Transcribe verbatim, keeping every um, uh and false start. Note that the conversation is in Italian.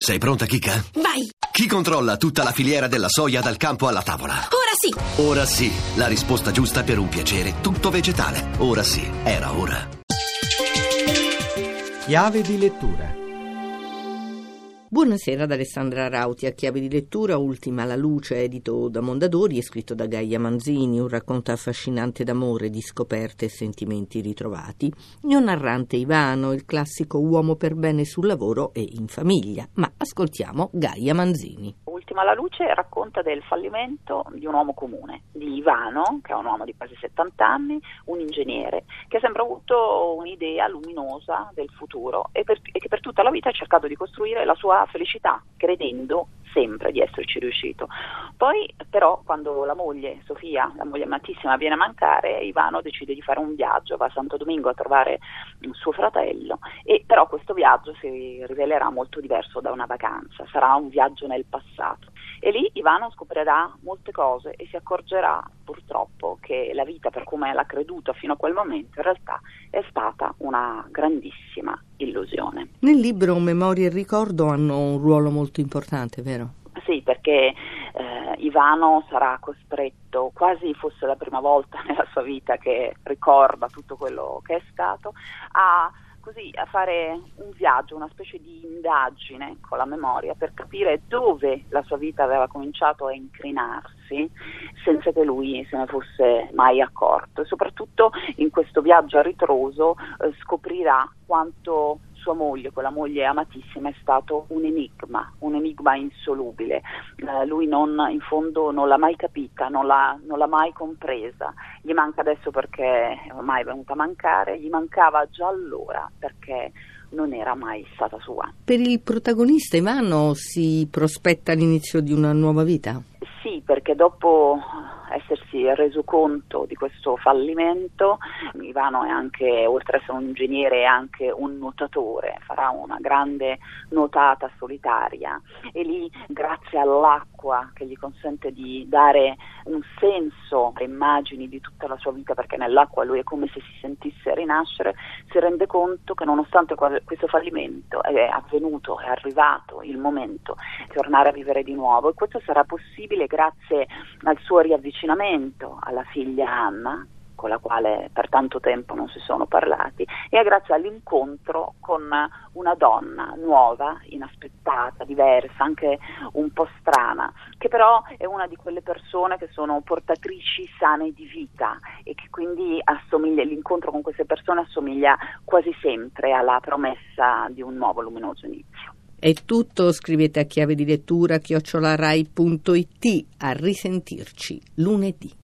Sei pronta, Chicca? Vai! Chi controlla tutta la filiera della soia dal campo alla tavola? Ora sì! Ora sì, la risposta giusta per un piacere tutto vegetale. Ora sì, era ora. Chiave di lettura. Buonasera ad Alessandra Rauti a Chiave di lettura, Ultima la luce, edito da Mondadori e scritto da Gaia Manzini, un racconto affascinante d'amore, di scoperte e sentimenti ritrovati. Mio narrante Ivano, il classico uomo per bene sul lavoro e in famiglia, ma ascoltiamo Gaia Manzini. Ultima la luce racconta del fallimento di un uomo comune, di Ivano, che è un uomo di quasi settanta anni, un ingegnere, che ha sempre avuto un'idea luminosa del futuro e, per, e che per tutta la vita ha cercato di costruire la sua felicità, credendo sempre di esserci riuscito. Poi però quando la moglie Sofia, la moglie amatissima, viene a mancare, Ivano decide di fare un viaggio, va a Santo Domingo a trovare suo fratello, e però questo viaggio si rivelerà molto diverso da una vacanza, sarà un viaggio nel passato, e lì Ivano scoprirà molte cose e si accorgerà purtroppo che la vita, per come l'ha creduta fino a quel momento, in realtà è stata una grandissima illusione. Nel libro Memoria e ricordo hanno un ruolo molto importante, vero? Sì, perché eh, Ivano sarà costretto, quasi fosse la prima volta nella sua vita che ricorda tutto quello che è stato, a così a fare un viaggio, una specie di indagine con la memoria per capire dove la sua vita aveva cominciato a incrinarsi senza che lui se ne fosse mai accorto, e soprattutto in questo viaggio a ritroso eh, scoprirà quanto sua moglie, quella moglie amatissima, è stato un enigma, un enigma insolubile. Eh, lui non, in fondo non l'ha mai capita, non l'ha, non l'ha mai compresa. Gli manca adesso perché ormai è venuta a mancare, gli mancava già allora perché non era mai stata sua. Per il protagonista Ivano si prospetta l'inizio di una nuova vita? Sì, perché dopo essersi reso conto di questo fallimento, Ivano è anche, oltre ad essere un ingegnere, è anche un nuotatore, farà una grande nuotata solitaria, e lì, grazie all'acqua che gli consente di dare un senso alle immagini di tutta la sua vita, perché nell'acqua lui è come se si sentisse rinascere, si rende conto che nonostante questo fallimento è avvenuto, è arrivato il momento di tornare a vivere di nuovo, e questo sarà possibile grazie al suo riavvicinamento alla figlia Anna, con la quale per tanto tempo non si sono parlati, e grazie all'incontro con una donna nuova, inaspettata, diversa, anche un po' strana, che però è una di quelle persone che sono portatrici sane di vita, e che quindi assomiglia, l'incontro con queste persone assomiglia quasi sempre alla promessa di un nuovo luminoso inizio. È tutto, scrivete a chiave di lettura chiocciola rai punto it. A risentirci lunedì.